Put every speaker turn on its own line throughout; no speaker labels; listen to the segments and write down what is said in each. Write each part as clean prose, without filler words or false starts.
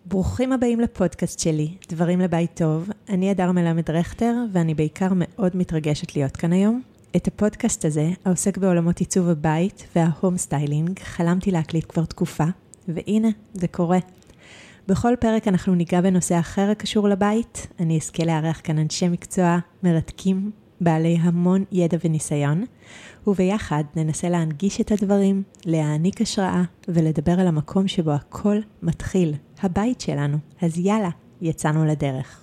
ברוכים הבאים לפודקאסט שלי, דברים לבית טוב. אני הדר מלמד רכטר, ואני בעיקר מאוד מתרגשת להיות כאן היום. את הפודקאסט הזה, העוסק בעולמות עיצוב הבית וההום סטיילינג, חלמתי להקליט כבר תקופה, והנה, זה קורה. בכל פרק אנחנו ניגע בנושא אחר הקשור לבית. אני אזכה לארח כאן אנשי מקצוע מרתקים, בעלי המון ידע וניסיון, וביחד ננסה להנגיש את הדברים, להעניק השראה ולדבר על המקום שבו הכל מתחיל, הבית שלנו. אז יאללה, יצאנו לדרך.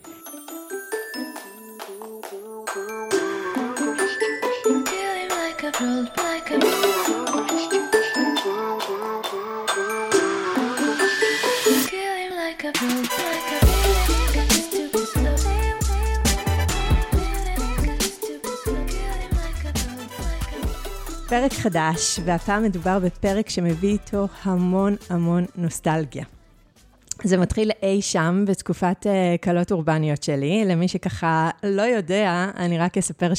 פרק חדש, והפעם מדובר בפרק שמביא איתו המון נוסטלגיה. זה מתחיל אי שם בתקופת קלות אורבניות שלי. למי שככה לא יודע, אני רק אספר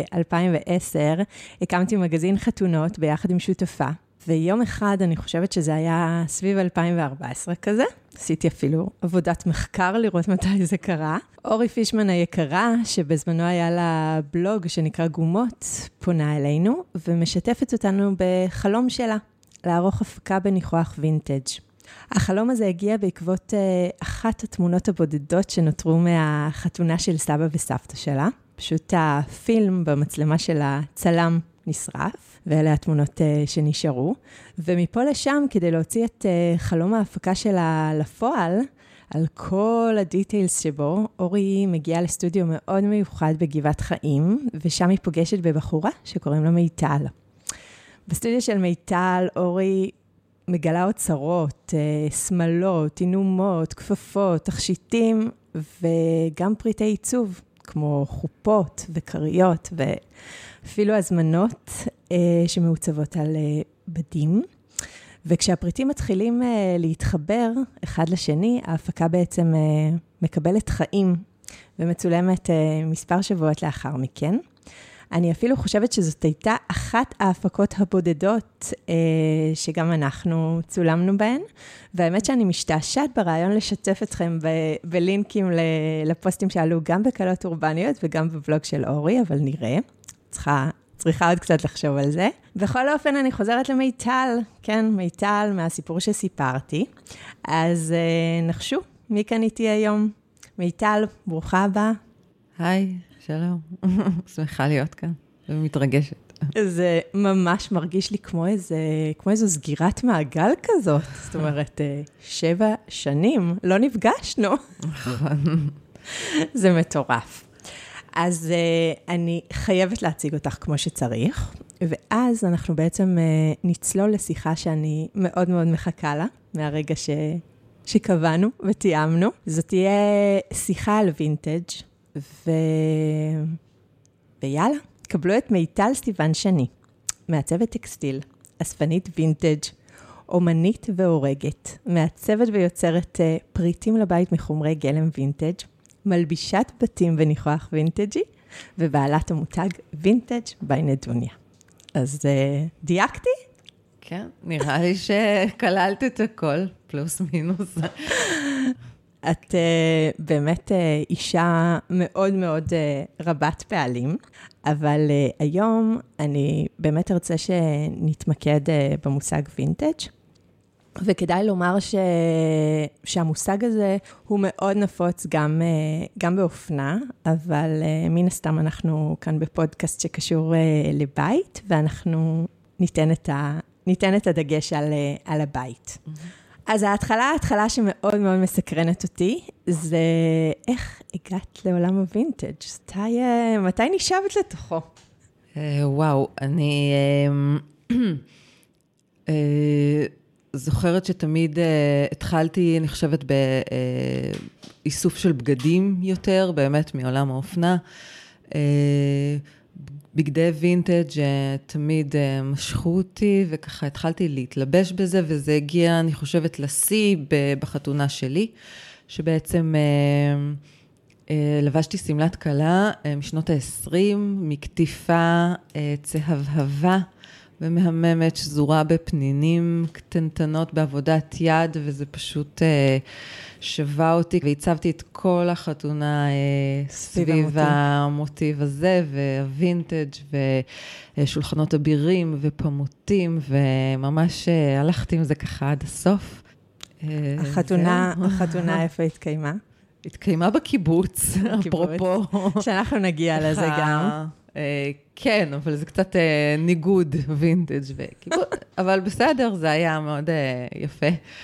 שב-2010 הקמתי מגזין חתונות ביחד עם שותפה, ויום אחד אני חושבת שזה היה סביב 2014 כזה. עשיתי אפילו עבודת מחקר לראות מתי זה קרה. אורי פישמן היקרה, שבזמנו היה לה בלוג שנקרא גומות, פונה אלינו ומשתפת אותנו בחלום שלה, לערוך הפקה בניחוח וינטג'. החלום הזה הגיע בעקבות אחת התמונות הבודדות שנותרו מהחתונה של סבא וסבתא שלה. פשוט הפילם במצלמה של הצלם נשרף, ואלה התמונות שנשארו. ומפה לשם, כדי להוציא את חלום ההפקה שלה לפועל, על כל הדיטיילס שבו, אורי מגיעה לסטודיו מאוד מיוחד בגבעת חיים, ושם היא פוגשת בבחורה שקוראים לה מיטל. בסטודיו של מיטל, אורי מגלה אוצרות, סמלות, עינומות, כפפות, תכשיטים, וגם פריטי עיצוב, כמו חופות וקריות, ואפילו הזמנות שמעוצבות על בדים. וכשהפריטים מתחילים להתחבר אחד לשני, ההפקה בעצם מקבלת חיים, ומצולמת מספר שבועות לאחר מכן. אני אפילו חושבת שזאת הייתה אחת ההפקות הבודדות שגם אנחנו צולמנו בהן, והאמת שאני משתעשעת ברעיון לשתף אתכם בלינקים לפוסטים שעלו גם בקלות אורבניות וגם בבלוג של אורי, אבל נראה, צריכה עוד קצת לחשוב על זה. בכל אופן אני חוזרת למיטל, כן, מיטל מהסיפור שסיפרתי, אז נחשו, מי כאן איתי היום? מיטל, ברוכה הבאה.
היי, שלום. שמחה להיות כאן, ומתרגשת.
זה ממש מרגיש לי כמו איזו סגירת מעגל כזאת. זאת אומרת, 7 שנים לא נפגשנו. זה מטורף. אז אני חייבת להציג אותך כמו שצריך, ואז אנחנו בעצם נצלול לשיחה שאני מאוד מחכה לה, מהרגע שקבענו ותיאמנו. זאת תהיה שיחה על וינטג' ויאללה, קבלו את מיטל סיוון שני, מעצבת טקסטיל, אספנית וינטג', אומנית והורגת, מעצבת ויוצרת פריטים לבית מחומרי גלם וינטג', מלבישת בתים בניחוח וינטג'י, ובעלת המותג וינטג' ביי נדוניה. אז דייקתי?
כן, נראה לי שכללת את הכל, פלוס מינוס.
את באמת אישה מאוד רבת פעלים, אבל היום אני באמת ארצה שנתמקד במושג וינטג', וכדאי לומר שהמושג הזה הוא מאוד נפוץ גם באופנה, אבל מן הסתם אנחנו כאן בפודקאסט שקשור לבית, ואנחנו ניתן את הדגש על הבית. אז ההתחלה שמאוד מסקרנת אותי, זה איך הגעת לעולם הווינטג'? מתי נשאבת לתוכו?
וואו, אני זוכרת שתמיד התחלתי, אני חושבת, באיסוף של בגדים יותר, באמת מעולם האופנה. בגדי וינטג' תמיד משכו אותי, וככה התחלתי להתלבש בזה, וזה הגיע, אני חושבת, לשיא בחתונה שלי, שבעצם לבשתי סמלת קלה משנות ה-20, מכתיפה צהבהבה, ומהממת, שזורה בפנינים קטנטנות בעבודת יד, וזה פשוט שווה אותי, והצבתי את כל החתונה סביב המוטיב הזה, והווינטג' ושולחנות אבירים ופמוטים, וממש הלכתי עם זה ככה עד הסוף.
החתונה איפה התקיימה?
התקיימה בקיבוץ, אפרופו.
שאנחנו נגיע לזה גם.
כן, אבל זה קצת ניגוד וינטג' וקיבוץ, אבל בסדר, זה היה מאוד יפה.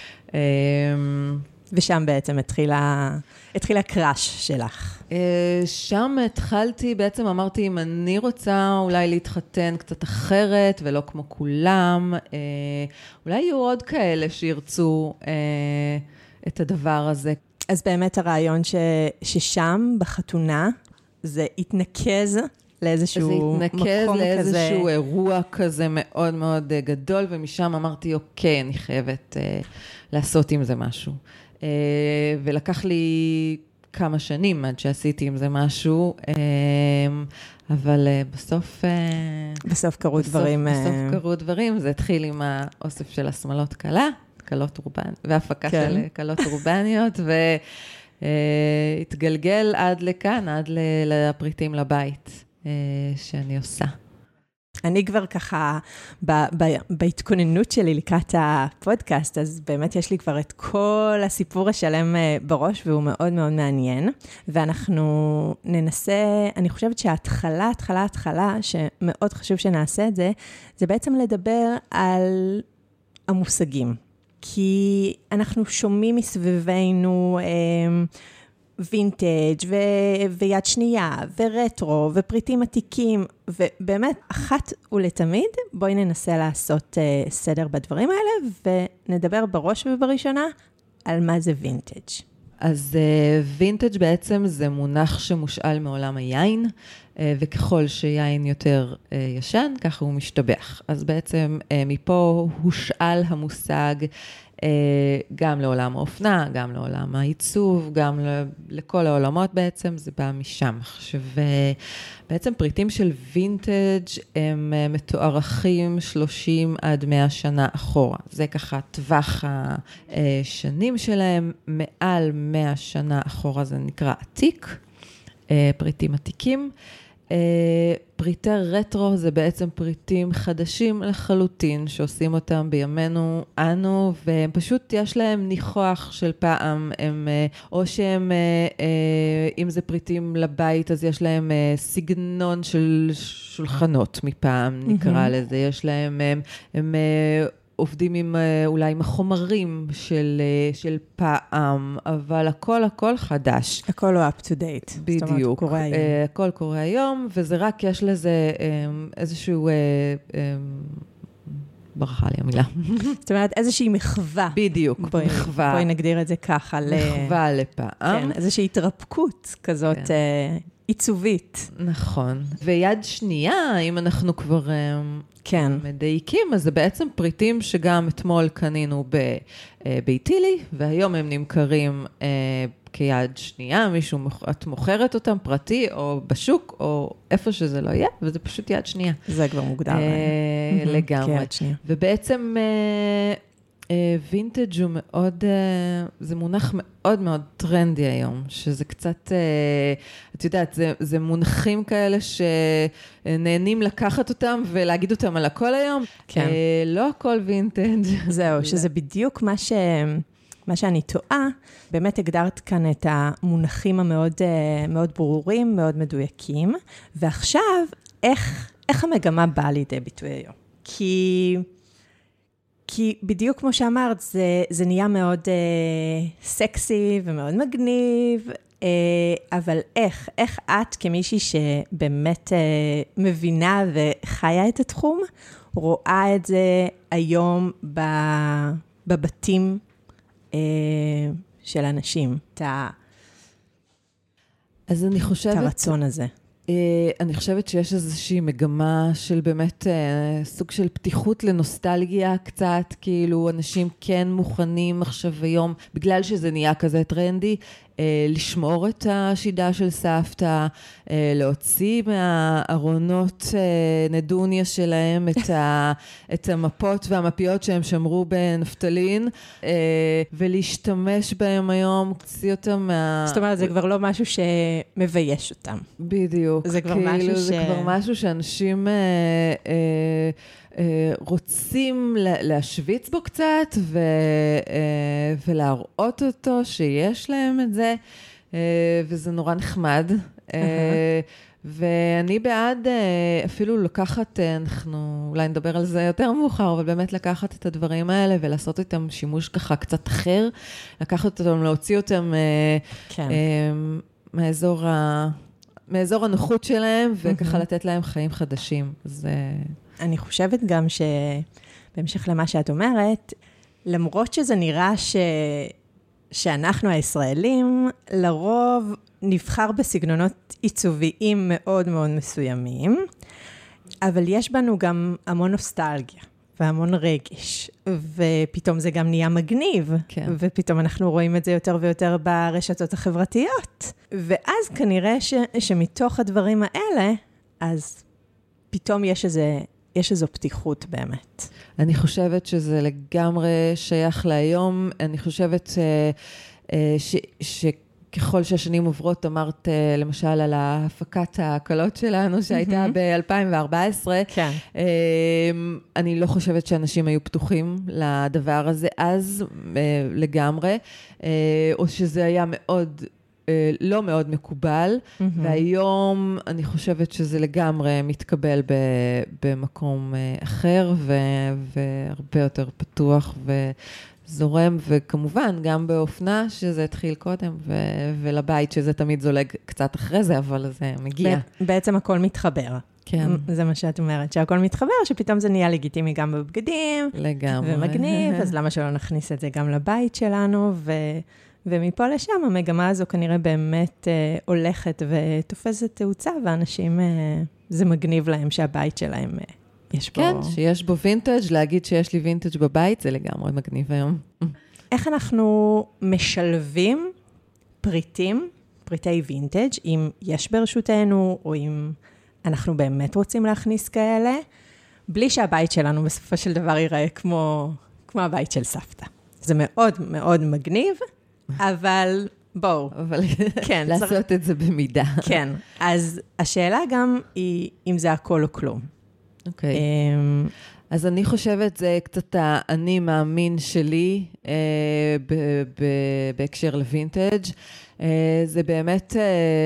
ושם בעצם התחילה קראש שלך.
שם התחלתי, בעצם אמרתי, אם אני רוצה אולי להתחתן קצת אחרת, ולא כמו כולם, אולי יהיו עוד כאלה שירצו את הדבר הזה.
אז באמת הרעיון ששם, בחתונה, זה התנקז לאיזשהו מקום כזה.
זה התנקז לאיזשהו אירוע כזה מאוד מאוד גדול, ומשם אמרתי, אוקיי, אני חייבת לעשות עם זה משהו. ולקח לי כמה שנים עד שעשיתי עם זה משהו, אבל בסוף
קרו דברים.
בסוף קרו דברים, זה התחיל עם האוסף של השמלות קלות אורבניות, והפקה של קלות אורבניות, והתגלגל עד לכאן, עד לפריטים לבית שאני עושה.
אני כבר ככה, בהתכוננות שלי לקראת הפודקאסט, אז באמת יש לי כבר את כל הסיפור השלם בראש, והוא מאוד מאוד מעניין, ואנחנו ננסה, אני חושבת שההתחלה, שמאוד חשוב שנעשה את זה, זה בעצם לדבר על המושגים. כי אנחנו שומעים מסביבנו וינטג' ויד שנייה, ורטרו, ופריטים עתיקים, ובאמת, אחת ולתמיד, בואי ננסה לעשות סדר בדברים האלה, ונדבר בראש ובראשונה על מה זה וינטג'.
אז וינטג' בעצם זה מונח שמושאל מעולם היין, וככל שיין יותר ישן, ככה הוא משתבח. אז בעצם מפה הושאל המושג גם לעולם האופנה, גם לעולם העיצוב, גם לכל העולמות בעצם, זה בא משם. בעצם פריטים של וינטג' הם מתוארכים 30 עד 100 שנה אחורה. זה ככה טווח השנים שלהם, מעל 100 שנה אחורה זה נקרא עתיק, פריטים עתיקים. פריטי רטרו זה בעצם פריטים חדשים לחלוטין, שעושים אותם בימינו אנו, והם פשוט יש להם ניחוח של פעם, או שהם, אם זה פריטים לבית, אז יש להם סגנון של שולחנות מפעם, נקרא לזה, יש להם, הם עובדים עם אולי עם החומרים של פעם, אבל הכל חדש.
הכל לא up to date.
בדיוק. הכל קורה היום, וזה רק יש לזה איזשהו, ברכה לי המילה.
זאת אומרת, איזושהי מחווה.
בדיוק, מחווה.
בואי נגדיר את זה ככה.
מחווה לפעם.
כן, איזושהי התרפקות כזאת עיצובית.
נכון. ויד שנייה, אם אנחנו כבר מדייקים, אז זה בעצם פריטים שגם אתמול קנינו בביתילי, והיום הם נמכרים כיד שנייה, את מוכרת אותם פרטי או בשוק, או איפה שזה לא יהיה, וזה פשוט יד שנייה.
זה כבר מוגדר.
לגמרי.
כיד שנייה.
ובעצם וינטג' הוא מאוד, זה מונח מאוד מאוד טרנדי היום, שזה קצת, את יודעת, זה מונחים כאלה שנהנים לקחת אותם ולהגיד אותם על הכל היום.
כן.
לא הכל וינטג'.
זהו, שזה בדיוק מה שאני טועה, באמת הגדרת כאן את המונחים המאוד מאוד ברורים, מאוד מדויקים, ועכשיו, איך המגמה באה לידי ביטוי היום? כי בדיוק כמו שאמרת, זה נהיה מאוד סקסי ומאוד מגניב, אבל איך את כמישהי שבאמת מבינה וחיה את התחום, רואה את זה היום בבתים של אנשים,
אז אני חושבת,
את הרצון הזה.
אני חושבת שיש איזושהי מגמה של באמת סוג של פתיחות לנוסטלגיה קצת, כאילו אנשים כן מוכנים עכשיו היום, בגלל שזה נהיה כזה טרנדי, לשמור את השידה של סבתא, להוציא מהארונות נדוניה שלהם את המפות והמפיות שהם שמרו בנפטלין, ולהשתמש בהם היום, להוציא אותם מה...
זאת אומרת, זה כבר לא משהו שמבייש אותם.
בדיוק.
זה כבר
כאילו,
משהו
זה כבר משהו שאנשים רוצים להשוויץ בו קצת, ולהראות אותו שיש להם את זה, וזה נורא נחמד. ואני בעד אפילו לקחת, אנחנו אולי נדבר על זה יותר מאוחר, אבל באמת לקחת את הדברים האלה ולעשות איתם שימוש ככה קצת אחר, לקחת אותם, להוציא אותם מאזור הנוחות שלהם, וככה לתת להם חיים חדשים.
אני חושבת גם שבהמשך למה שאת אומרת, למרות שזה נראה שאנחנו הישראלים, לרוב נבחר בסגנונות עיצוביים מאוד מאוד מסוימים, אבל יש בנו גם המון נוסטלגיה והמון רגש, ופתאום זה גם נהיה מגניב, כן. ופתאום אנחנו רואים את זה יותר ויותר ברשתות החברתיות, ואז כנראה שמתוך הדברים האלה, אז פתאום יש איזו פתיחות באמת.
אני חושבת שזה לגמרי שייך להיום, אני חושבת שככל שהשנים עוברות, אמרת למשל על ההפקת ההקלות שלנו, שהייתה ב-2014,
כן.
אני לא חושבת שאנשים היו פתוחים לדבר הזה אז לגמרי, או שזה היה מאוד... לא מאוד מקובל, והיום אני חושבת שזה לגמרי מתקבל במקום אחר, והרבה יותר פתוח וזורם, וכמובן גם באופנה שזה התחיל קודם, ולבית שזה תמיד זולג קצת אחרי זה, אבל זה מגיע.
בעצם הכל מתחבר.
כן.
זה מה שאת אומרת, שהכל מתחבר, שפתאום זה נהיה לגיטימי גם בבגדים.
לגמרי.
ומגניב, אז למה שלא נכניס את זה גם לבית שלנו, ומפה לשם המגמה הזו כנראה באמת הולכת ותופסת תאוצה, ואנשים, זה מגניב להם שהבית שלהם יש בו...
כן, שיש בו וינטג', להגיד שיש לי וינטג' בבית, זה לגמרי מגניב היום.
איך אנחנו משלבים פריטי וינטג', אם יש ברשותנו, או אם אנחנו באמת רוצים להכניס כאלה, בלי שהבית שלנו בסופו של דבר ייראה כמו הבית של סבתא. זה מאוד מאוד מגניב, אבל בואו.
אבל כן, לעשות את זה במידה.
כן, אז השאלה גם היא אם זה הכל או כלום.
אוקיי. אז אני חושבת, זה קצת האני מאמין שלי בהקשר לוינטג'. זה באמת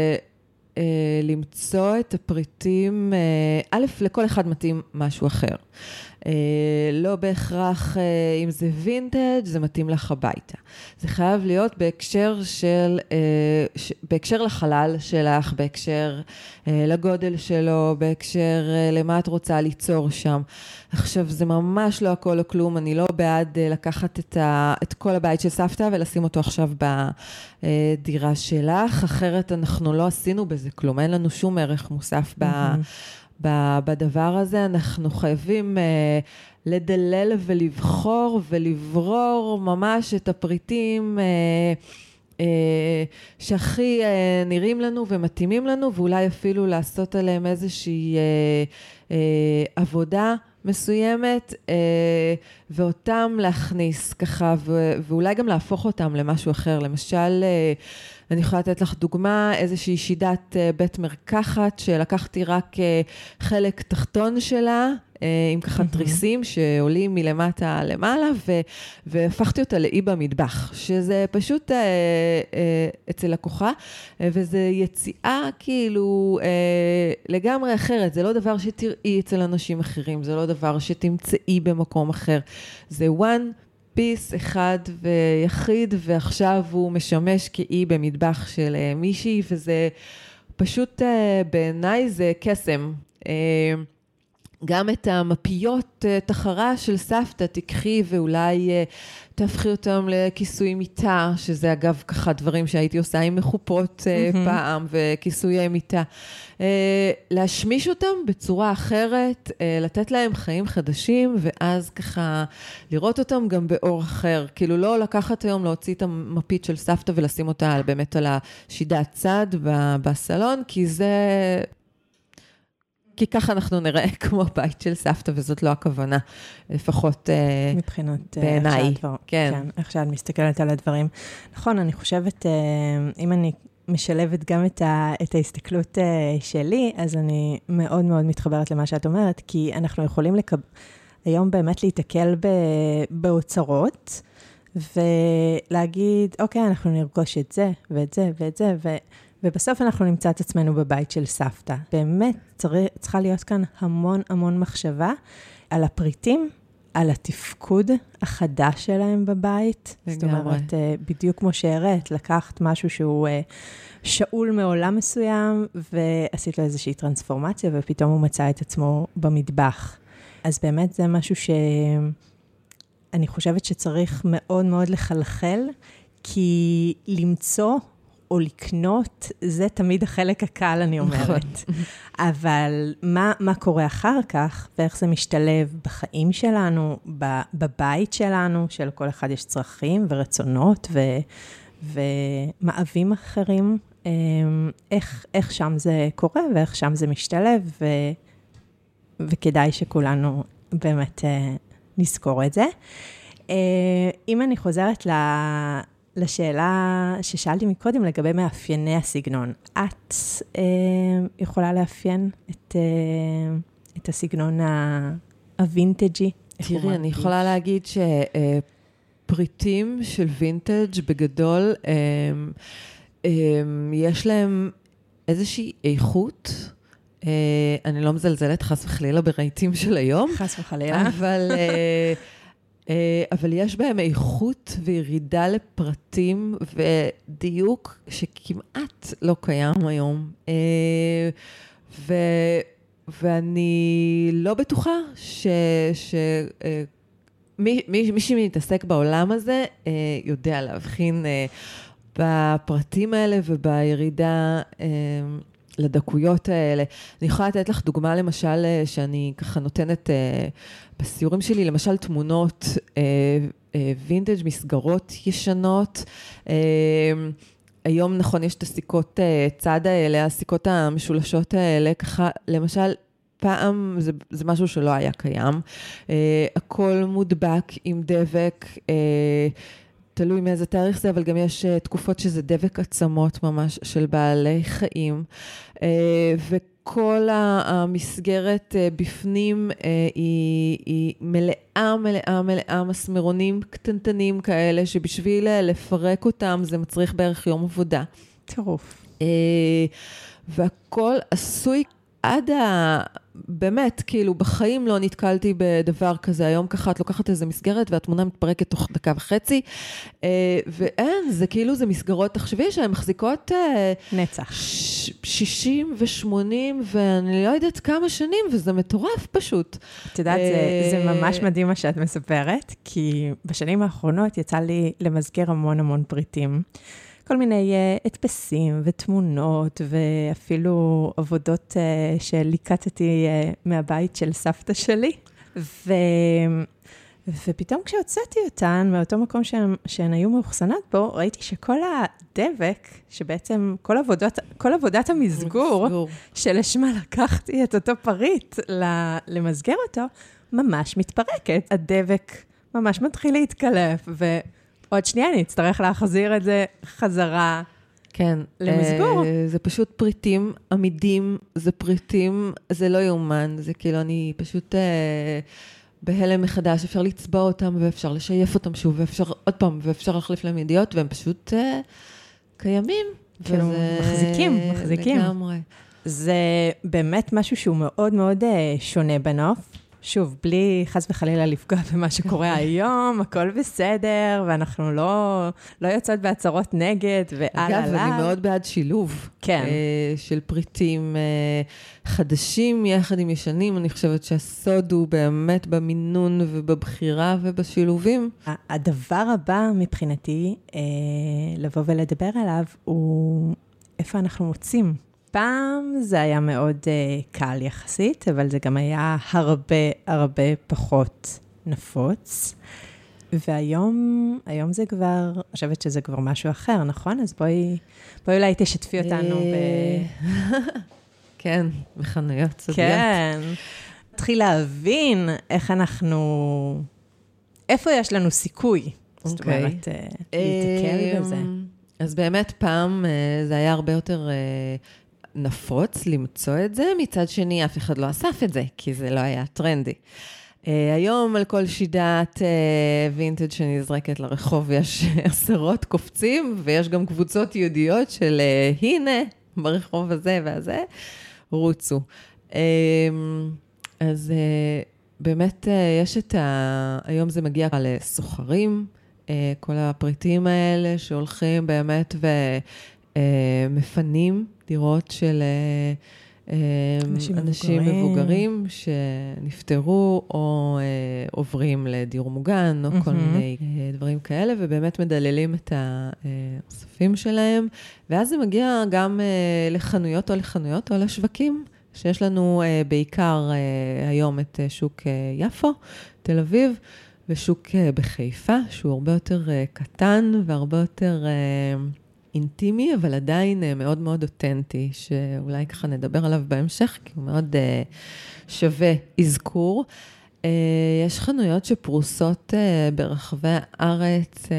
למצוא את הפריטים, א', לכל אחד מתאים משהו אחר. לא בהכרח אם זה וינטג' זה מתאים לך הביתה. זה חייב להיות בהקשר לחלל שלך, בהקשר לגודל שלו, בהקשר למה את רוצה ליצור שם. עכשיו זה ממש לא הכל או כלום, אני לא בעד לקחת את כל הבית של סבתא ולשים אותו עכשיו בדירה שלך, אחרת אנחנו לא עשינו בזה כלום, אין לנו שום ערך מוסף בדבר הזה. אנחנו חייבים לדלל ולבחור ולברור ממש את הפריטים שהכי נראים לנו ומתאימים לנו, ואולי אפילו לעשות עליהם איזושהי עבודה מסוימת, ואותם להכניס ככה, ואולי גם להפוך אותם למשהו אחר. למשל, אני יכולה לתת לך דוגמה, איזושהי שידת בית מרקחת, שלקחתי רק חלק תחתון שלה, עם ככה תריסים שעולים מלמטה למעלה, והפכתי אותה לאי במטבח, שזה פשוט אצל לקוחה, וזה יציאה כאילו לגמרי אחרת, זה לא דבר שתראי אצל אנשים אחרים, זה לא דבר שתמצאי במקום אחר, זה one פיס אחד ויחיד, ועכשיו הוא משמש כאי במטבח של מישהי, וזה פשוט בעיניי זה קסם. גם את המפיות תחרה של סבתא תקחי ואולי תהפכי אותם לכיסוי מיטה, שזה אגב ככה דברים שהייתי עושה עם מחופות פעם וכיסויי מיטה. להשמיש אותם בצורה אחרת, לתת להם חיים חדשים, ואז ככה לראות אותם גם באור אחר. כאילו לא לקחת היום להוציא את המפית של סבתא ולשים אותה באמת על השידת צד בסלון, כי ככה אנחנו נראה כמו בית של סבתא, וזאת לא הכוונה, לפחות
מבחינת
בעיניי.
כן, איך שאת מסתכלת על הדברים. נכון, אני חושבת, אם אני משלבת גם את ההסתכלות שלי, אז אני מאוד מאוד מתחברת למה שאת אומרת, כי אנחנו יכולים היום באמת להתקל באוצרות, ולהגיד, אוקיי, אנחנו נרגוש את זה, ואת זה, ואת זה, ובסוף אנחנו נמצא את עצמנו בבית של סבתא. באמת צריכה להיות כאן המון המון מחשבה על הפריטים, על התפקוד החדש שלהם בבית. זאת אומרת, בדיוק כמו שהראית, לקחת משהו שהוא שאול מעולם מסוים, ועשית לו איזושהי טרנספורמציה, ופתאום הוא מצא את עצמו במטבח. אז באמת זה משהו שאני חושבת שצריך מאוד מאוד לחלחל, כי למצוא או לקנות, זה תמיד החלק הקל, אני אומרת. אבל מה קורה אחר כך, ואיך זה משתלב בחיים שלנו, בבית שלנו, שלכל אחד יש צרכים ורצונות ומאבים אחרים, איך שם זה קורה, ואיך שם זה משתלב, וכדאי שכולנו באמת נזכור את זה. אם אני חוזרת לשאלה ששאלתי מקודם לגבי מאפייני הסגנון. את יכולה לאפיין את הסגנון הווינטג'י?
תראי, אני יכולה להגיד שפריטים של וינטג' בגדול, יש להם איזושהי איכות, אני לא מזלזלת חס וחלילה ברהיטים של היום.
חס וחלילה.
אבל יש בהם איכות וירידה לפרטים ודיוק שכמעט לא קיים היום. ואני לא בטוחה מי שמתעסק בעולם הזה יודע להבחין בפרטים האלה ובירידה לדקויות האלה. אני יכולה לתת לך דוגמה למשל שאני ככה נותנת בסיורים שלי, למשל תמונות וינטג' מסגרות ישנות. היום נכון יש את הסיכות צד האלה, הסיכות המשולשות האלה, ככה למשל פעם זה משהו שלא היה קיים. הכל מודבק עם דבק, תלוי מאיזה תאריך זה, אבל גם יש תקופות שזה דבק עצמות ממש של בעלי חיים, וכל המסגרת בפנים היא מלאה מסמרונים קטנטנים כאלה, שבשביל לפרק אותם זה מצריך בערך יום עבודה.
טירוף.
והכל עשוי עד באמת, כאילו, בחיים לא נתקלתי בדבר כזה. היום ככה את לוקחת איזה מסגרת, והתמונה מתפרקת תוך דקה וחצי, ואין, זה כאילו, זה מסגרות, תחשבי שהן מחזיקות
נצח.
60 ו-80, ואני לא יודעת כמה שנים, וזה מטורף פשוט.
את יודעת, זה ממש מדהים מה שאת מספרת, כי בשנים האחרונות יצא לי למסגר המון המון פריטים. כל מיני הדפסים ותמונות, ואפילו עבודות שליקטתי מהבית של סבתא שלי. ופתאום כשהוצאתי אותן, מאותו מקום שהן היו מאוחסנות בו, ראיתי שכל הדבק, שבעצם כל עבודת המסגור, שלשמה לקחתי את אותו פריט למסגר אותו, ממש מתפרקת. הדבק ממש מתחיל להתקלף, עוד שנייה אני אצטרך להחזיר את זה חזרה למסגור.
זה פשוט פריטים עמידים, זה פריטים, זה לא יאומן, זה כאילו אני פשוט בהלם מחדש, אפשר לצבע אותם ואפשר לשייף אותם שוב, ואפשר עוד פעם, ואפשר להחליף להם ידיעות, והם פשוט קיימים.
כאילו מחזיקים.
לגמרי.
זה באמת משהו שהוא מאוד מאוד שונה בנוף. שוב, בלי חס וחלילה לפגוע במה שקורה היום, הכל בסדר, ואנחנו לא יוצאות בהצהרות נגד, ועל
אגב, אני מאוד בעד שילוב.
כן.
של פריטים חדשים יחד עם ישנים. אני חושבת שהסוד הוא באמת במינון ובבחירה ובשילובים.
הדבר הבא מבחינתי, לבוא ולדבר עליו, הוא איפה אנחנו מוצאים. פעם זה היה מאוד קל יחסית, אבל זה גם היה הרבה פחות נפוץ. והיום זה כבר, אני חושבת שזה כבר משהו אחר, נכון? אז בואי אולי תשתפי אותנו
כן, בחנויות סודיות.
כן. נתחיל להבין איך איפה יש לנו סיכוי. זאת אומרת, להתקל בזה.
אז באמת פעם זה היה הרבה יותר נפוץ למצוא את זה, מצד שני אף אחד לא אסף את זה, כי זה לא היה טרנדי. היום על כל שידת וינטג' שנזרקת לרחוב יש עשרות קופצים, ויש גם קבוצות יהודיות של הנה, ברחוב הזה והזה, רוצו. אז באמת יש היום זה מגיע לסוחרים, כל הפריטים האלה שהולכים באמת ומפנים דירות של אנשים מבוגרים שנפטרו או עוברים לדיור מוגן או כל מיני דברים כאלה, ובאמת מדללים את האוספים שלהם, ואז זה מגיע גם לחנויות או לשווקים, שיש לנו בעיקר היום את שוק יפו, תל אביב, ושוק בחיפה, שהוא הרבה יותר קטן והרבה יותר אינטימי, אבל עדיין מאוד מאוד אותנטי, שאולי ככה נדבר עליו בהמשך, כי הוא מאוד שווה אזכור. יש חנויות שפרוסות ברחבי הארץ,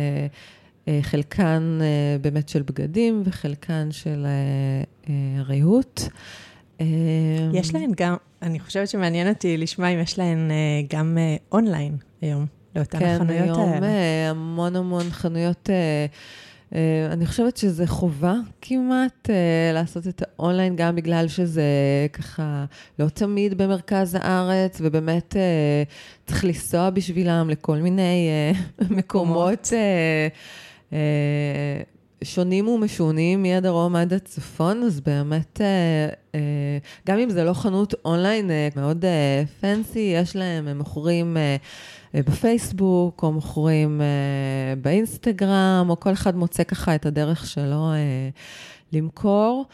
חלקן באמת של בגדים וחלקן של ריהוט.
יש להן גם, אני חושבת שמעניין אותי לשמוע אם יש להן גם אונליין היום, לאותן החנויות האלה.
כן, היום המון חנויות, אני חושבת שזה חובה כמעט לעשות את האונליין, גם בגלל שזה ככה לא תמיד במרכז הארץ, ובאמת צריך לנסוע בשבילם לכל מיני מקומות שונים ומשונים, מהדרום עד הצפון, אז באמת, גם אם זה לא חנות אונליין מאוד פנסי, יש להם, הם מוכרים בפייסבוק, או מוכרים באינסטגרם, או כל אחד מוצא ככה את הדרך שלו למכור.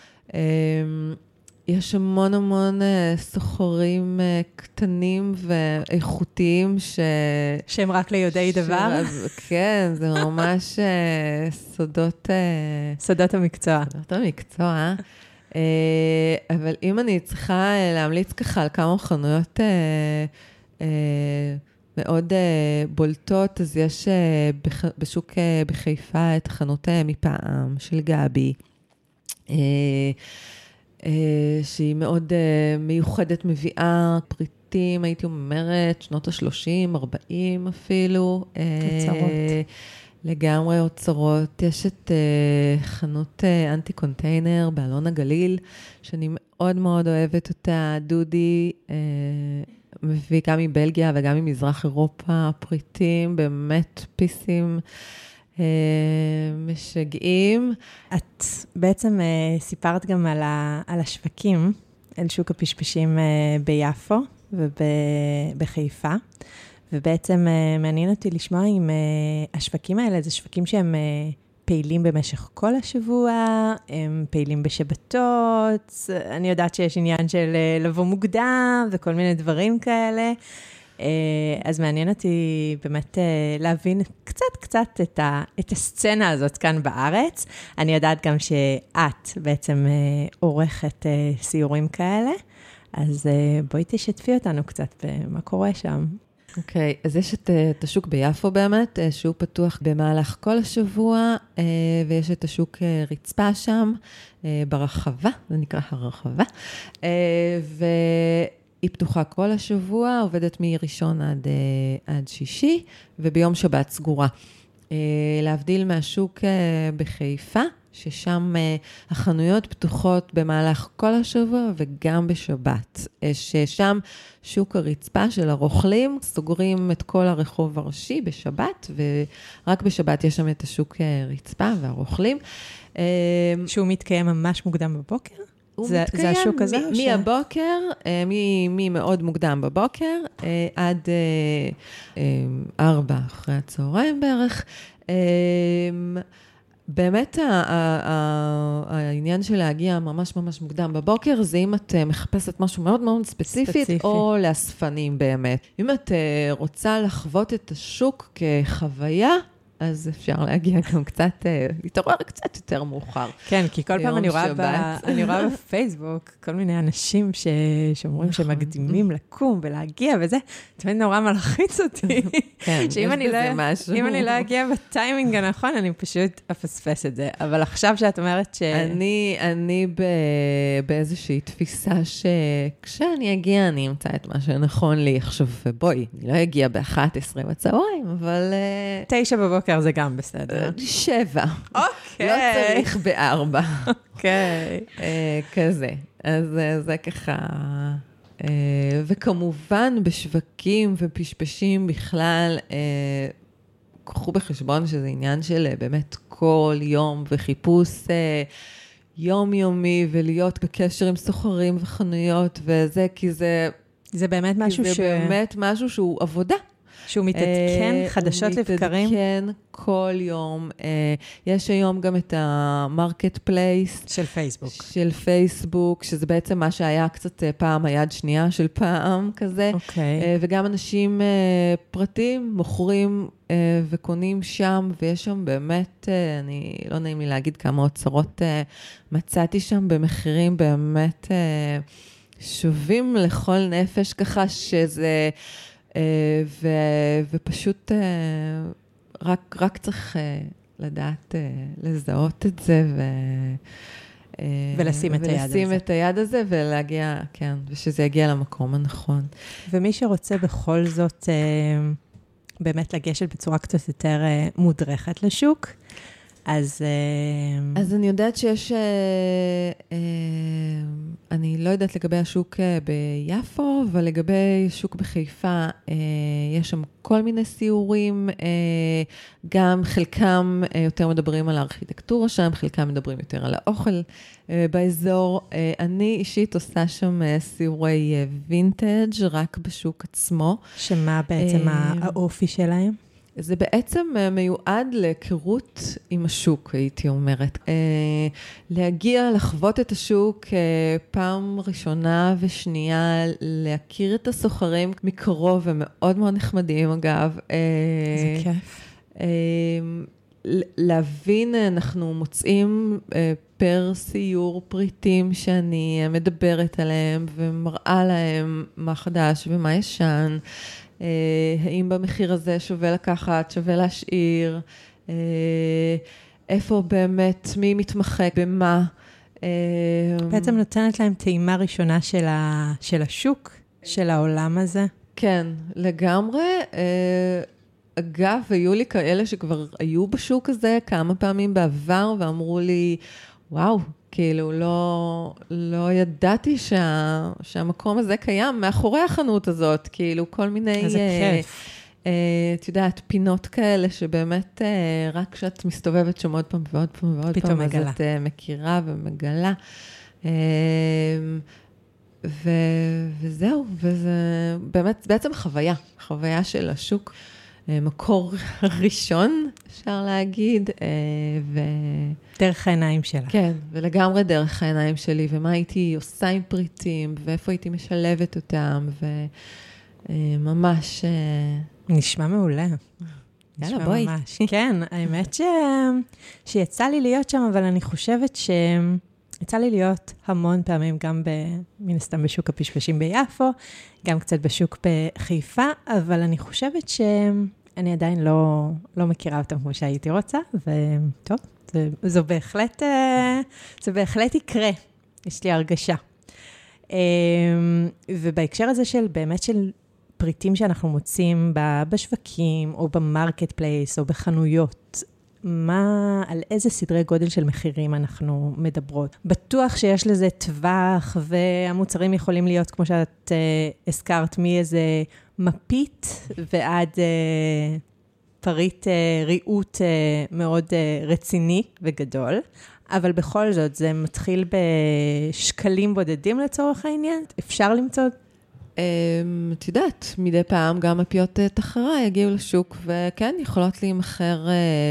יש המון סוחרים קטנים ואיכותיים
שהם רק ליודעי דבר.
כן, זה ממש
סודות המקצוע.
סודות המקצוע. אבל אם אני צריכה להמליץ ככה על כמה חנויות מאוד בולטות, אז יש בשוק בחיפה את חנות מפעם של גבי, שהיא מאוד מיוחדת, מביאה פריטים, הייתי אומרת, שנות ה-30, 40 אפילו.
אוצרות.
לגמרי אוצרות. יש את חנות אנטי קונטיינר באלון הגליל, שאני מאוד מאוד אוהבת אותה, דודי, מביא גם מבלגיה וגם ממזרח אירופה, פריטים, באמת פיסים משגעים.
את בעצם סיפרת גם על השווקים, על שוק הפשפשים ביפו ובחיפה, ובעצם מעניין אותי לשמוע אם השווקים האלה, זה שווקים שהם פעילים במשך כל השבוע, הם פעילים בשבתות, אני יודעת שיש עניין של לבוא מוקדם וכל מיני דברים כאלה, אז מעניין אותי באמת להבין קצת את הסצנה הזאת כאן בארץ. אני יודעת גם שאת בעצם עורכת סיורים כאלה, אז בואי תשתפי אותנו קצת במה קורה שם.
אוקיי, אז יש את השוק ביפו באמת, שהוא פתוח במהלך כל השבוע, ויש את השוק רצפה שם, ברחבה, זה נקרא הרחבה, והיא פתוחה כל השבוע, עובדת מראשון עד שישי, וביום שבת סגורה. להבדיל מהשוק בחיפה, ששם החנויות פתוחות במהלך כל השבוע וגם בשבת. ששם שוק הרצפה של הרוכלים, סוגרים את כל הרחוב הראשי בשבת, ורק בשבת יש שם את השוק רצפה והרוכלים.
שהוא מתקיים ממש מוקדם בבוקר?
זה השוק הזה? מהבוקר, ממאוד מוקדם בבוקר, עד 4 אחרי הצהריים בערך. באמת העניין של להגיע ממש ממש מוקדם בבוקר, זה אם את מחפשת משהו מאוד מאוד ספציפית, או לאספנים באמת. אם את רוצה לחוות את השוק כחוויה, אז אפשר להגיע גם קצת, להתעורר קצת יותר מאוחר.
כן, כי כל פעם אני רואה בפייסבוק כל מיני אנשים שאומרים שהם מקדימים לקום ולהגיע וזה, תמיד נורא מלחיץ אותי.
כן, יש בזה משהו.
אם אני לא אגיע בטיימינג הנכון, אני פשוט אפספס את זה. אבל עכשיו שאת אומרת ש...
אני באיזושהי תפיסה שכשאני אגיע, אני אמצא את מה שנכון לי. עכשיו, בואי, אני לא אגיע ב-11 בצהריים, אבל...
9 בבוקר זה גם בסדר.
7.
אוקיי.
לא צריך 4.
אוקיי.
כזה. אז זה ככה... וכמובן בשווקים ופשפשים בכלל, קחו בחשבון שזה עניין של באמת כל יום וחיפוש יומיומי, ולהיות בקשר עם סוחרים וחנויות וזה, כי
זה באמת משהו
זה באמת משהו שהוא עבודה.
שהוא מתעדכן חדשות לבקרים.
הוא מתעדכן כל יום. יש היום גם את המרקט פלייס.
של פייסבוק.
של פייסבוק, שזה בעצם מה שהיה קצת פעם, היד שנייה של פעם כזה.
אוקיי.
וגם אנשים פרטיים מוכרים וקונים שם, ויש שם באמת, אני לא נעים לי להגיד כמה אוצרות מצאתי שם במחירים באמת שווים לכל נפש, ככה שזה... ופשוט רק צריך לדעת לזהות את זה
ולשים את היד הזה.
ולשים את היד הזה ולהגיע, כן, ושזה יגיע למקום הנכון.
ומי שרוצה בכל זאת באמת לגשת בצורה קצת יותר מודרכת לשוק, אז
אני יודעת שיש, אני לא יודעת לגבי השוק ביפו, אבל לגבי שוק בחיפה, יש שם כל מיני סיורים, גם חלקם יותר מדברים על הארכיטקטורה שם, חלקם מדברים יותר על האוכל באזור. אני אישית עושה שם סיורי וינטג' רק בשוק עצמו.
שמה בעצם האופי שלהם?
זה בעצם מיועד להיכרות עם השוק, הייתי אומרת. להגיע, לחוות את השוק פעם ראשונה ושנייה, להכיר את הסוחרים מקרוב, ומאוד מאוד נחמדים אגב.
זה כיף.
להבין, אנחנו מוצאים פר סיור פריטים שאני מדברת עליהם, ומראה להם מה חדש ומה ישן. האם במחיר הזה שווה לקחת, שווה להשאיר, איפה באמת, מי מתמחק, במה.
בעצם נותנת להם טעימה ראשונה של השוק, של העולם הזה.
כן, לגמרי. אגב, היו לי כאלה שכבר היו בשוק הזה כמה פעמים בעבר, ואמרו לי, וואו, כאילו לא ידעתי שהמקום הזה קיים מאחורי החנות הזאת, כאילו כל מיני, את יודעת, פינות כאלה שבאמת רק כשאת מסתובבת שם עוד פעם ועוד פעם ועוד פעם, אז את מכירה ומגלה. וזהו, וזה באמת בעצם חוויה של השוק. מקור ראשון, אפשר להגיד,
דרך העיניים שלה.
כן, ולגמרי דרך העיניים שלי, ומה הייתי עושה עם פריטים, ואיפה הייתי משלבת אותם, וממש...
נשמע מעולה.
יאללה, בואי.
ממש. כן, האמת שיצא לי להיות שם, אבל אני חושבת יצא לי להיות המון פעמים, גם מן הסתם בשוק הפשפשים ביפו, גם קצת בשוק בחיפה, אבל אני חושבת שאני עדיין לא מכירה אותם כמו שהייתי רוצה, וטוב, זה בהחלט יקרה, יש לי הרגשה. ובהקשר הזה באמת של פריטים שאנחנו מוצאים בשווקים, או במרקט פלייס, או בחנויות, על איזה סדרי גודל של מחירים אנחנו מדברות. בטוח שיש לזה טווח, והמוצרים יכולים להיות, כמו שאת הזכרת, מאיזה מפית ועד פריט ריהוט מאוד רציני וגדול. אבל בכל זאת, זה מתחיל בשקלים בודדים לצורך העניין? אפשר למצוא?
את יודעת, מדי פעם גם מפיות תחרה יגיעו לשוק, וכן, יכולות להימחר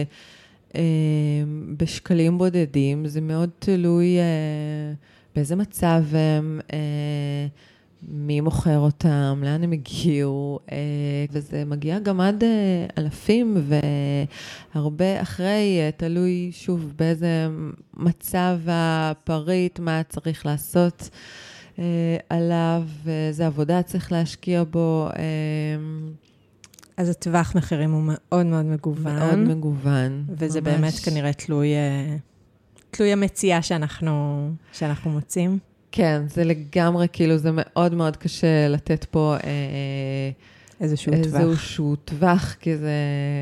בשקלים בודדים. זה מאוד תלוי באיזה מצב הם, מי מוכר אותם, לאן הם הגיעו, וזה מגיע גם עד אלפים, והרבה אחרי, תלוי שוב באיזה מצב הפריט, מה צריך לעשות עליו, איזה עבודה צריך להשקיע בו.
אז הטווח מחירים הוא מאוד מאוד מגוון.
מאוד מגוון.
וזה ממש. באמת כנראה תלוי המציאה שאנחנו מוצאים.
כן, זה לגמרי, כאילו, זה מאוד מאוד קשה לתת פה איזשהו טווח, כי זה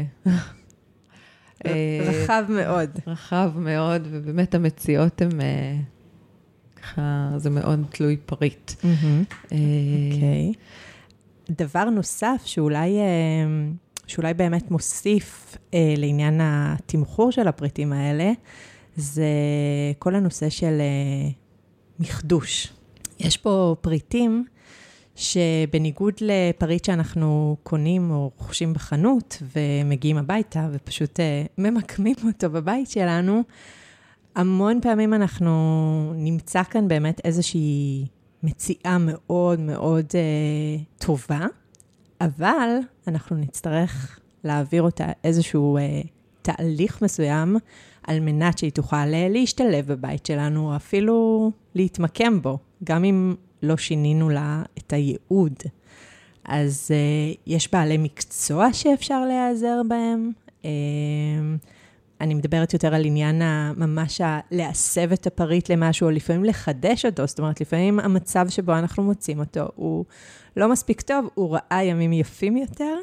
רחב מאוד.
רחב מאוד, ובאמת המציאות הן ככה, זה מאוד תלוי פריט.
אוקיי. דבר נוסף שאולי באמת מוסיף לעניין התמחור של הפריטים האלה, זה כל הנושא של מחדוש. יש פה פריטים שבניגוד לפריט שאנחנו קונים או רוכשים בחנות ומגיעים הביתה ופשוט ממקמים אותו בבית שלנו, המון פעמים אנחנו נמצא כאן באמת איזושהי מציאה מאוד מאוד טובה, אבל אנחנו נצטרך להעביר אותה איזשהו תהליך מסוים, על מנת שהיא תוכל להשתלב בבית שלנו, או אפילו להתמקם בו, גם אם לא שינינו לה את הייעוד. אז יש בעלי מקצוע שאפשר להיעזר בהם. אני מדברת יותר על עניין ממש להסב את הפריט למשהו, או לפעמים לחדש אותו, זאת אומרת, לפעמים המצב שבו אנחנו מוצאים אותו, הוא לא מספיק טוב, הוא ראה ימים יפים יותר.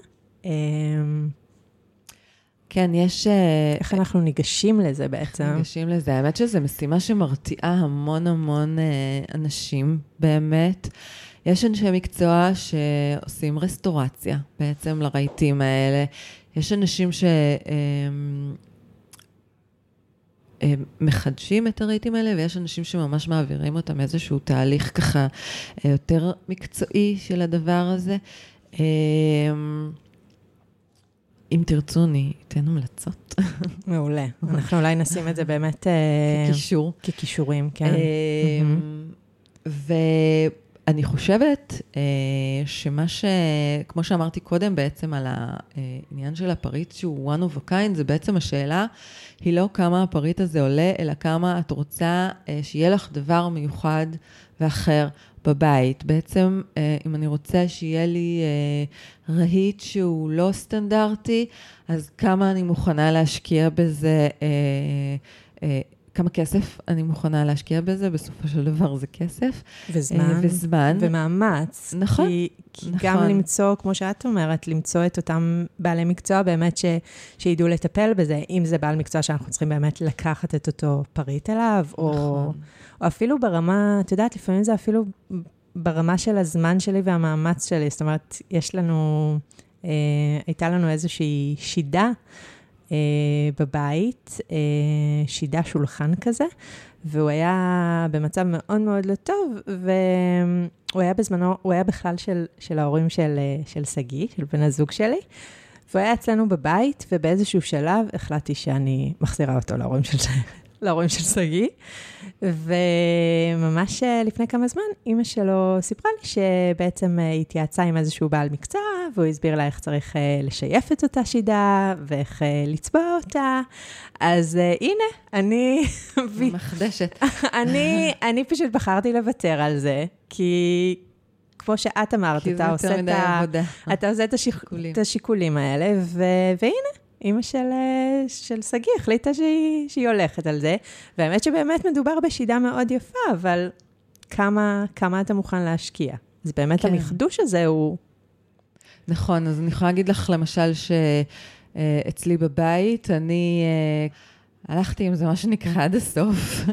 כן, יש
איך אנחנו ניגשים לזה בעצם?
ניגשים לזה. האמת שזו משימה שמרתיעה המון המון אנשים, באמת. יש אנשי מקצוע שעושים רסטורציה בעצם לרהיטים האלה. יש אנשים מחדשים את הרהיטים האלה, ויש אנשים שממש מעבירים אותם איזשהו תהליך ככה יותר מקצועי של הדבר הזה. אם תרצו, אני אתן המלצות.
מעולה. אנחנו אולי נשים את זה באמת
כקישור.
כקישורים, כן.
ואני חושבת כמו שאמרתי קודם בעצם על העניין של הפריט שהוא one of a kind, זה בעצם השאלה, היא לא כמה הפריט הזה עולה, אלא כמה את רוצה שיהיה לך דבר מיוחד ואחר בבית. בעצם, אם אני רוצה שיהיה לי רהיט שהוא לא סטנדרטי, אז כמה אני מוכנה להשקיע בזה, כמה כסף אני מוכנה להשקיע בזה, בסופו של דבר זה כסף.
וזמן. ומאמץ.
נכון.
כי גם למצוא, כמו שאת אומרת, למצוא את אותם בעלי מקצוע באמת שידעו לטפל בזה, אם זה בעל מקצוע שאנחנו צריכים באמת לקחת את אותו פריט אליו, או אפילו ברמה, את יודעת, לפעמים זה אפילו ברמה של הזמן שלי והמאמץ שלי, זאת אומרת, הייתה לנו איזושהי שידה, בבית, שידה שולחן כזה, והוא היה במצב מאוד מאוד לא טוב, והוא היה בזמנו, הוא היה בכלל של ההורים של סגי, של בן הזוג שלי, והוא היה אצלנו בבית, ובאיזשהו שלב החלטתי שאני מחזירה אותו להורים של סגי, וממש לפני כמה זמן, אמא שלו סיפרה לי שבעצם התייעצה עם איזשהו בעל מקצוע, והוא הסביר לה איך צריך לשייף את אותה שידה, ואיך לצבוע אותה. אז הנה, אני
מחדשת.
אני פשוט בחרתי לוותר על זה, כי כמו שאת אמרת, אתה עושה את השיקולים האלה, והנה, אמא של סגי החליטה שהיא הולכת על זה, והאמת שבאמת מדובר בשידה מאוד יפה, אבל כמה אתה מוכן להשקיע? אז באמת המחדוש הזה הוא...
נכון, אז אני יכולה להגיד לך למשל אצלי בבית. אני הלכתי עם זה מה שנקרא עד הסוף,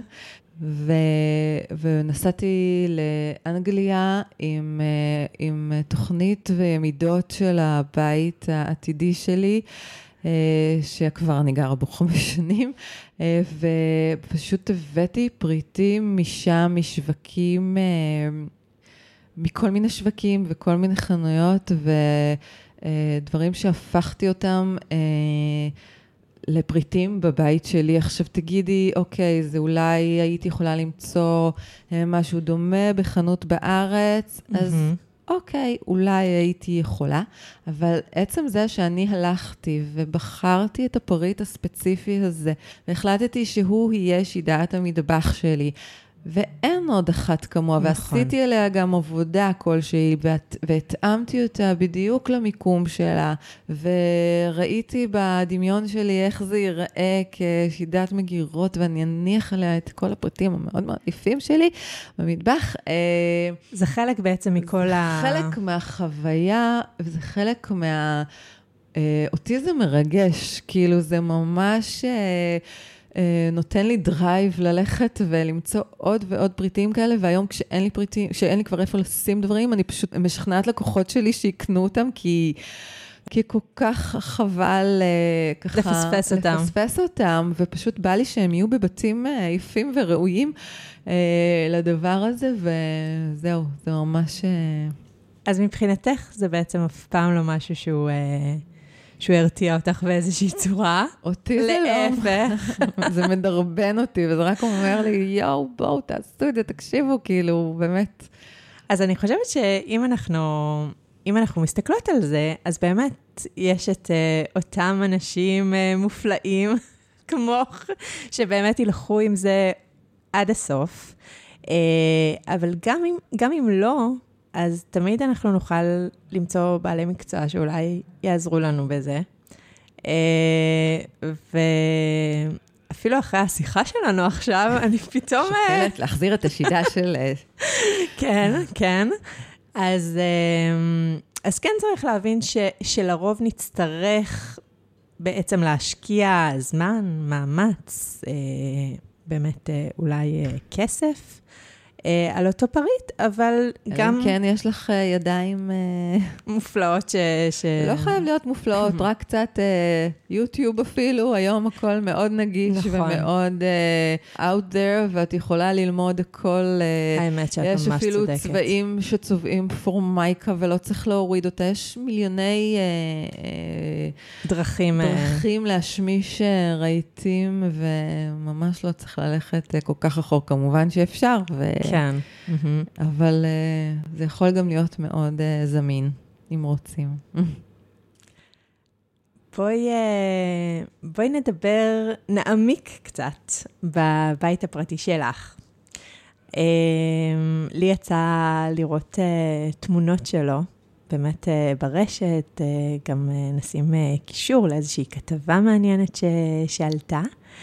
ונסעתי לאנגליה עם תוכנית ומידות של הבית העתידי שלי, שכבר אני גרה בו 5 שנים, ופשוט הבאתי פריטים משם, משווקים, מכל מיני שווקים וכל מיני חנויות, ודברים שהפכתי אותם לפריטים בבית שלי. עכשיו תגידי, אוקיי, זה אולי הייתי יכולה למצוא משהו דומה בחנות בארץ, אז אוקיי, אולי הייתי יכולה, אבל עצם זה שאני הלכתי ובחרתי את הפריט הספציפי הזה, והחלטתי שהוא יהיה שידת המטבח שלי, ואין עוד אחת כמוה, ועשיתי עליה גם עבודה כלשהי, והתאמתי אותה בדיוק למיקום שלה, וראיתי בדמיון שלי איך זה ייראה כשידת מגירות, ואני אניח עליה את כל הפרטים המאוד מאוד יפים שלי במטבח.
זה חלק בעצם מכל
חלק מהחוויה, וזה חלק אותי זה מרגש, כאילו זה ממש נותן לי דרייב ללכת ולמצוא עוד ועוד פריטים כאלה, והיום כשאין לי כבר איפה לשים דברים, אני פשוט משכנעת לקוחות שלי שיקנו אותם, כי כל כך חבל ככה לפספס אותם, ופשוט בא לי שהם יהיו בבתים יפים וראויים לדבר הזה, וזהו, זה ממש...
אז מבחינתך זה בעצם אף פעם לא משהו שהוא הרתיע אותך באיזושהי צורה.
אותי זה
להפך.
זה מדרבן אותי, וזה רק אומר לי, יואו, בואו, תעשו את זה, תקשיבו, כאילו, באמת.
אז אני חושבת שאם אנחנו מסתכלות על זה, אז באמת יש את אותם אנשים מופלאים, כמוך, שבאמת ילכו עם זה עד הסוף. אבל גם אם לא, אז תמיד אנחנו נוכל למצוא בעלי מקצוע שאולי יעזרו לנו בזה. ואפילו אחרי השיחה שלנו עכשיו, אני פתאום...
שוקלת להחזיר את השידה של...
כן, כן. אז כן צריך להבין שלרוב נצטרך בעצם להשקיע זמן, מאמץ, באמת אולי כסף, על אותו פריט, אבל גם...
כן, יש לך ידיים...
מופלאות
לא חייב להיות מופלאות, רק קצת יוטיוב אפילו, היום הכל מאוד נגיש ומאוד out there, ואת יכולה ללמוד הכל...
האמת שאת ממש צודקת.
יש אפילו צבעים שצובעים פורמייקה, ולא צריך להוריד אותה, יש מיליוני
דרכים
להשמיש רהיטים, וממש לא צריך ללכת כל כך אחור, כמובן שאפשר,
כן.
אבל זה יכול גם להיות מאוד זמין, אם רוצים.
בואי נדבר, נעמיק קצת בבית הפרטי שלך. לי יצא לראות תמונות שלו, באמת ברשת, גם נשים קישור לאיזושהי כתבה מעניינת שעלתה.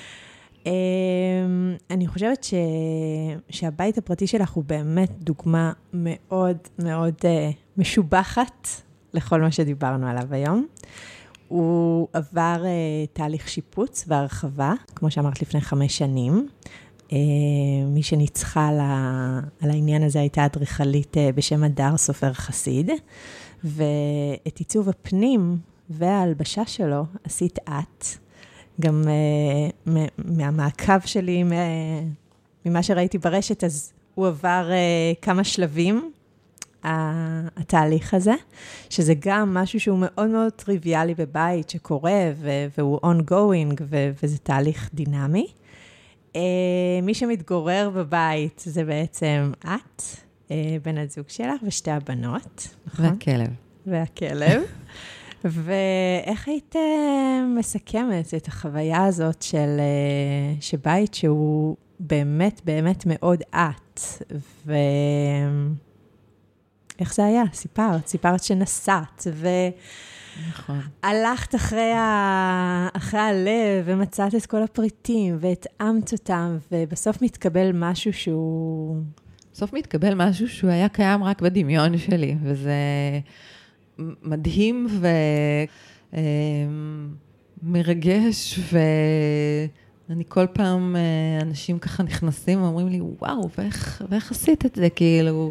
אני חושבת שהבית הפרטי שלך הוא באמת דוגמה מאוד מאוד משובחת לכל מה שדיברנו עליו היום. הוא עבר תהליך שיפוץ והרחבה, כמו שאמרת לפני 5 שנים. מי שניצחה על העניין הזה הייתה אדריכלית בשם הדר סופר חסיד, ואת עיצוב הפנים וההלבשה שלו עשית את. גם מהמעקב שלי, ממה שראיתי ברשת, אז הוא עבר כמה שלבים, התהליך הזה, שזה גם משהו שהוא מאוד מאוד טריוויאלי בבית, שקורה והוא ongoing, וזה תהליך דינמי. מי שמתגורר בבית זה בעצם את, בן הזוג שלך ושתי הבנות.
והכלב.
והכלב. ואיך היית מסכמת את החוויה הזאת של שבית שהוא באמת באמת מאוד את, ואיך זה היה? סיפרת שנסעת, והלכת אחרי הלב, ומצאת את כל הפריטים, והתאמת אותם, ובסוף מתקבל משהו שהוא...
בסוף מתקבל משהו שהוא היה קיים רק בדמיון שלי, וזה... מדהים מרגש, ואני כל פעם, אנשים ככה נכנסים ואומרים לי, וואו, ואיך עשית את זה, כאילו,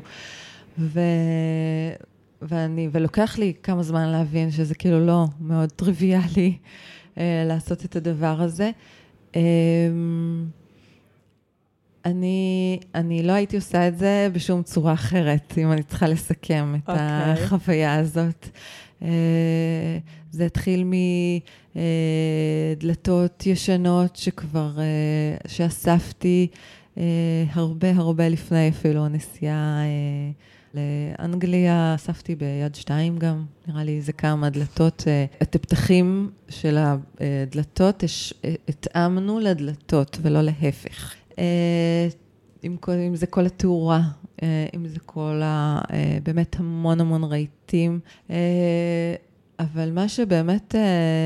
ולוקח לי כמה זמן להבין שזה כאילו לא מאוד טריוויאלי לעשות את הדבר הזה. אני לא הייתי עושה את זה בשום צורה אחרת, אם אני צריכה לסכם את החוויה הזאת. זה התחיל מדלתות ישנות שאספתי הרבה לפני אפילו הנסיעה לאנגליה, אספתי ביד 2 גם, נראה לי זה כמה דלתות. את הפתחים של הדלתות התאמנו לדלתות ולא להפך. אם זה כל התאורה, אם זה כל באמת המון רהיטים, אבל מה שבאמת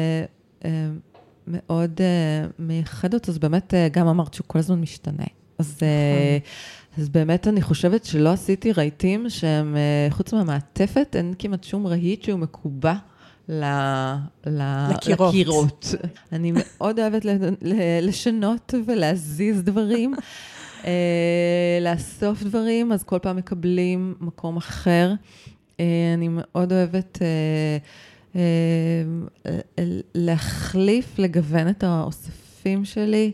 מאוד מייחד אותו, זה באמת גם אמרת שהוא כל הזמן משתנה. אז באמת אני חושבת שלא עשיתי רהיטים שהם, חוץ מהמעטפת, אין כמעט שום רהיט שהוא מקובע לקירות. אני מאוד אוהבת לשנות ולהזיז דברים, לאסוף דברים, אז כל פעם מקבלים מקום אחר. אני מאוד אוהבת להחליף, לגוון את האוספים שלי,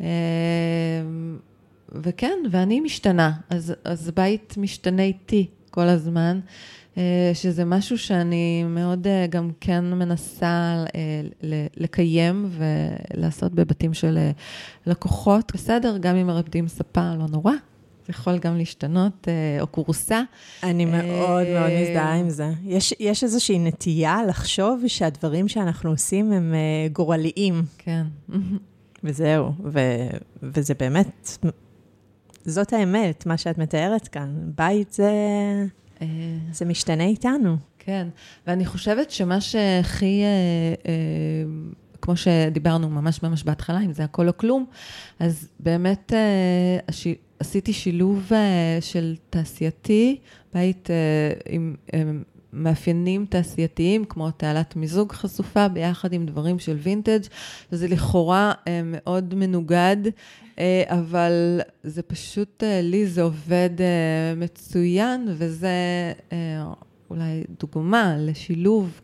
וכן, ואני משתנה, אז בית משתנה איתי כל הזמן, שזה משהו שאני מאוד גם כן מנסה לקיים ולעשות בבתים של לקוחות. בסדר, גם אם מרפדים ספה, לא נורא. זה יכול גם להשתנות, או קורסה.
אני מאוד מזדהה עם זה. יש איזושהי נטייה לחשוב שהדברים שאנחנו עושים הם גורליים.
כן.
וזהו, וזה באמת, זאת האמת, מה שאת מתארת כאן. בית זה משתנה איתנו.
כן, ואני חושבת שמה שהכי, כמו שדיברנו ממש בהתחלה, אם זה הכל או כלום, אז באמת עשיתי שילוב של תעשייתי, בית עם מאפיינים תעשייתיים, כמו תעלת מיזוג חשופה, ביחד עם דברים של וינטג', וזה לכאורה מאוד מנוגד, אבל זה פשוט, לי זה עובד מצוין, וזה אולי דוגמה לשילוב,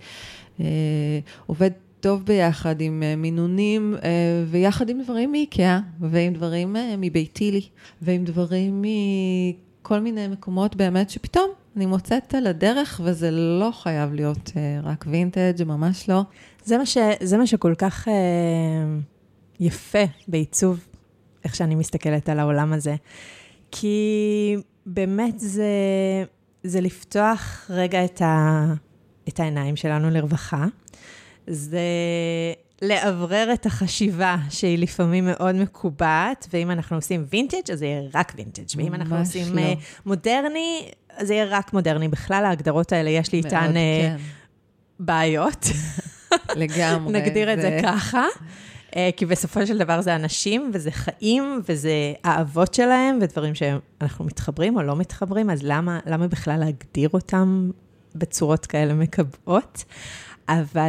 עובד טוב ביחד עם מינונים, ויחד עם דברים מאיקאה, ועם דברים מביתילי, ועם דברים מכל מיני מקומות באמת שפתאום אני מוצאת על הדרך, וזה לא חייב להיות רק וינטג', ממש לא.
זה מה שכל כך יפה בעיצוב, איך שאני מסתכלת על העולם הזה. כי באמת זה לפתוח רגע את העיניים שלנו לרווחה. זה לעברר את החשיבה שהיא לפעמים מאוד מקובעת, ואם אנחנו עושים וינטג' אז זה יהיה רק וינטג', ואם אנחנו עושים מודרני, אז זה יהיה רק מודרני. בכלל ההגדרות האלה יש לי איתן בעיות.
לגמרי.
נגדיר את זה ככה. כי בסופו של דבר זה אנשים, וזה חיים, וזה האהבות שלהם, ודברים שאנחנו מתחברים או לא מתחברים, אז למה בכלל להגדיר אותם בצורות כאלה מקבעות? אבל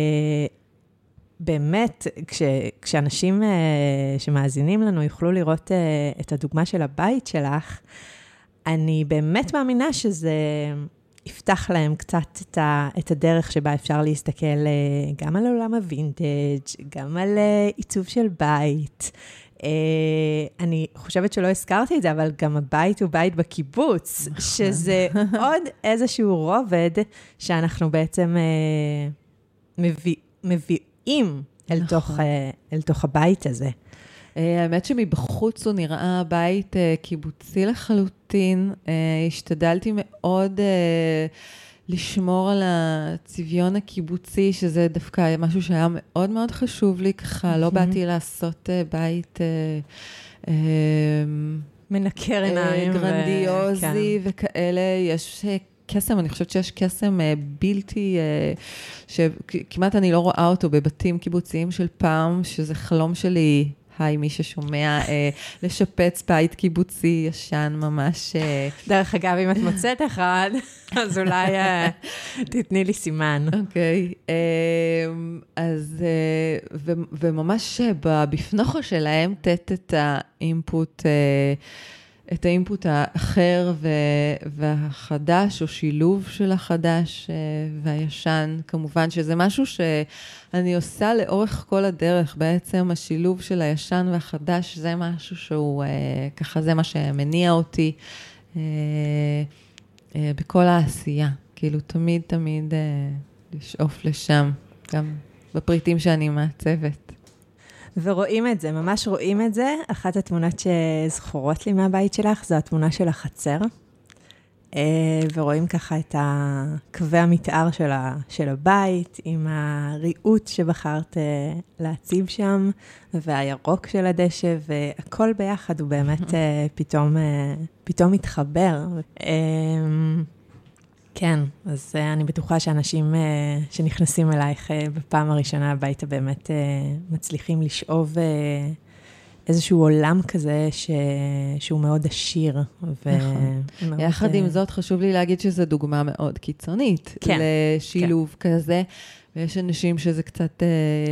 באמת, כשאנשים שמאזינים לנו יוכלו לראות את הדוגמה של הבית שלך, אני באמת מאמינה שזה יפתח להם קצת את הדרך שבה אפשר להסתכל גם על עולם הווינטג', גם על עיצוב של בית. אני חושבת שלא הזכרתי את זה, אבל גם הבית הוא בית בקיבוץ, שזה עוד איזשהו רובד שאנחנו בעצם מביאים אל תוך הבית הזה.
האמת שמבחוץ הוא נראה בית קיבוצי לחלוטין. השתדלתי מאוד לשמור על הצביון הקיבוצי, שזה דווקא משהו שהיה מאוד מאוד חשוב לי, ככה לא באתי לעשות בית
מנקר עיניים.
גרנדיוזי וכאלה. יש קסם, אני חושבת שיש קסם בלתי, שכמעט אני לא רואה אותו בבתים קיבוציים של פעם, שזה חלום שלי היי, מי ששומע, לשפץ בית קיבוצי ישן ממש.
דרך אגב, אם את מוצאת אחד, אז אולי תתני לי סימן.
אוקיי, אז, וממש בפנוכו שלהם, תת את האינפוט האחר והחדש, או שילוב של החדש והישן. כמובן שזה משהו שאני עושה לאורך כל הדרך. בעצם השילוב של הישן והחדש, זה משהו שהוא, ככה זה מה שמניע אותי בכל העשייה. כאילו תמיד לשאוף לשם, גם בפריטים שאני מעצבת.
ורואים את זה, ממש רואים את זה. אחת התמונות שזכורות לי מהבית שלך, זו התמונה של החצר. ורואים ככה את קווי המתאר של הבית, עם הריהוט שבחרת להציב שם, והירוק של הדשא, והכל ביחד הוא באמת פתאום מתחבר. כן, אז אני בטוחה שאנשים שנכנסים אלייך בפעם הראשונה הביתה באמת מצליחים לשאוב איזשהו עולם כזה שהוא מאוד עשיר.
נכון. יחד עם זאת חשוב לי להגיד שזו דוגמה מאוד קיצונית לשילוב כזה, ויש אנשים שזה קצת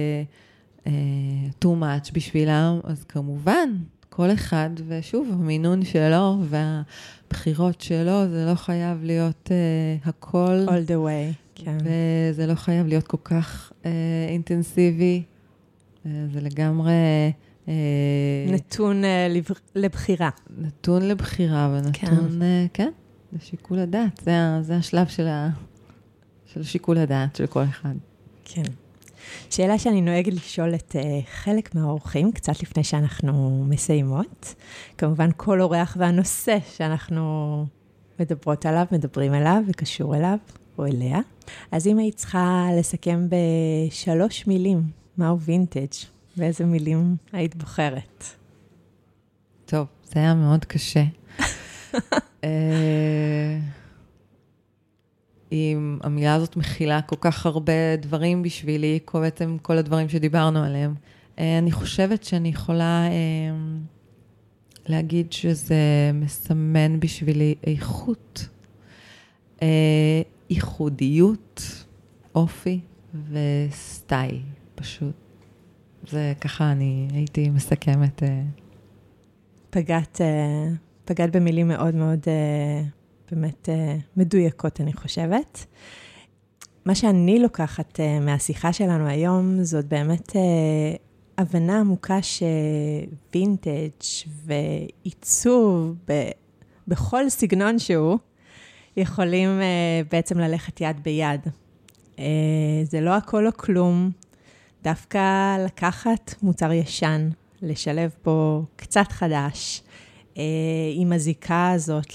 too much בשבילם, אז כמובן, כל אחד, ושוב, המינון שלו והבחירות שלו, זה לא חייב להיות הכל.
All the way, כן.
וזה לא חייב להיות כל כך אינטנסיבי. זה לגמרי
נתון לבחירה.
נתון לבחירה, ונתון, כן, לשיקול הדעת. זה השלב של שיקול הדעת של כל אחד.
כן. שאלה שאני נוהגת לשאול את חלק מהאורחים, קצת לפני שאנחנו מסיימות. כמובן, כל אורח והנושא שאנחנו מדברות עליו, מדברים אליו וקשור אליו או אליה. אז אם היית צריכה לסכם ב3 מילים, מהו וינטג'? ואיזה מילים היית בוחרת?
טוב, זה היה מאוד קשה. אם המילה הזאת מכילה כל כך הרבה דברים בשבילי, בעצם כל הדברים שדיברנו עליהם. אני חושבת שאני יכולה להגיד שזה מסמן בשבילי איכות, ייחודיות, אופי וסטייל, פשוט. זה ככה אני הייתי מסכמת.
פגעת במילים מאוד מאוד באמת מדויקות, אני חושבת. מה שאני לוקחת מהשיחה שלנו היום, זאת באמת הבנה עמוקה שווינטג' ועיצוב בכל סגנון שהוא, יכולים בעצם ללכת יד ביד. זה לא הכל או כלום, דווקא לקחת מוצר ישן, לשלב בו קצת חדש, עם הזיקה הזאת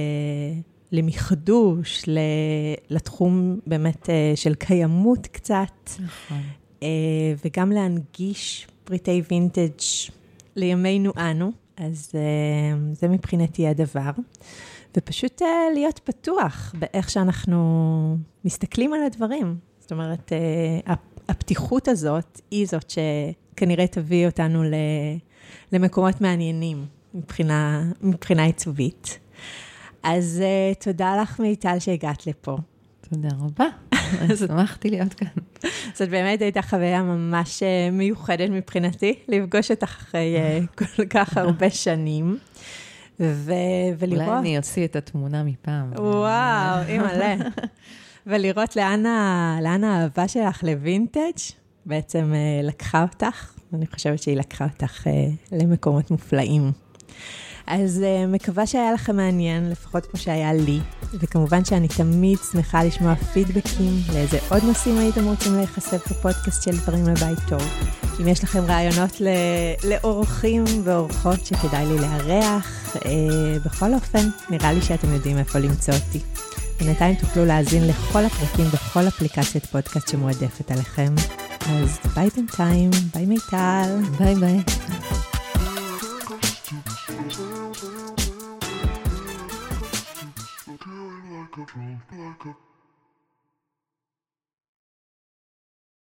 למחדוש, לתחום באמת של קיימות קצת,
נכון.
וגם להנגיש פריטי וינטג' לימינו אנו, אז זה מבחינתי הדבר. ופשוט להיות פתוח באיך שאנחנו מסתכלים על הדברים. זאת אומרת, הפתיחות הזאת היא זאת שכנראה תביא אותנו למקומות מעניינים מבחינה עיצובית. אז תודה לך מיטל שהגעת לפה.
תודה רבה. שמחתי להיות כאן.
זאת באמת הייתה חוויה ממש מיוחדת מבחינתי, לפגוש אותך אחרי כל כך הרבה שנים. ולראות...
אולי אני אוציא את התמונה מפעם.
וואו, אימא'לה. ולראות לאן האהבה שלך לווינטג' בעצם לקחה אותך. אני חושבת שהיא לקחה אותך למקומות מופלאים. אז מקווה שהיה לכם מעניין, לפחות כמו שהיה לי. וכמובן שאני תמיד שמחה לשמוע פידבקים לאיזה עוד נושאים הייתם רוצים להיחשף בפודקאסט של דברים לבית טוב. אם יש לכם רעיונות לאורחים ואורחות שכדאי לי לארח, בכל אופן, נראה לי שאתם יודעים איפה למצוא אותי. בינתיים תוכלו להאזין לכל הפרקים בכל אפליקציית פודקאסט שמועדפת עליכם. אז ביי בינתיים, ביי מיטל.
ביי ביי.
Like a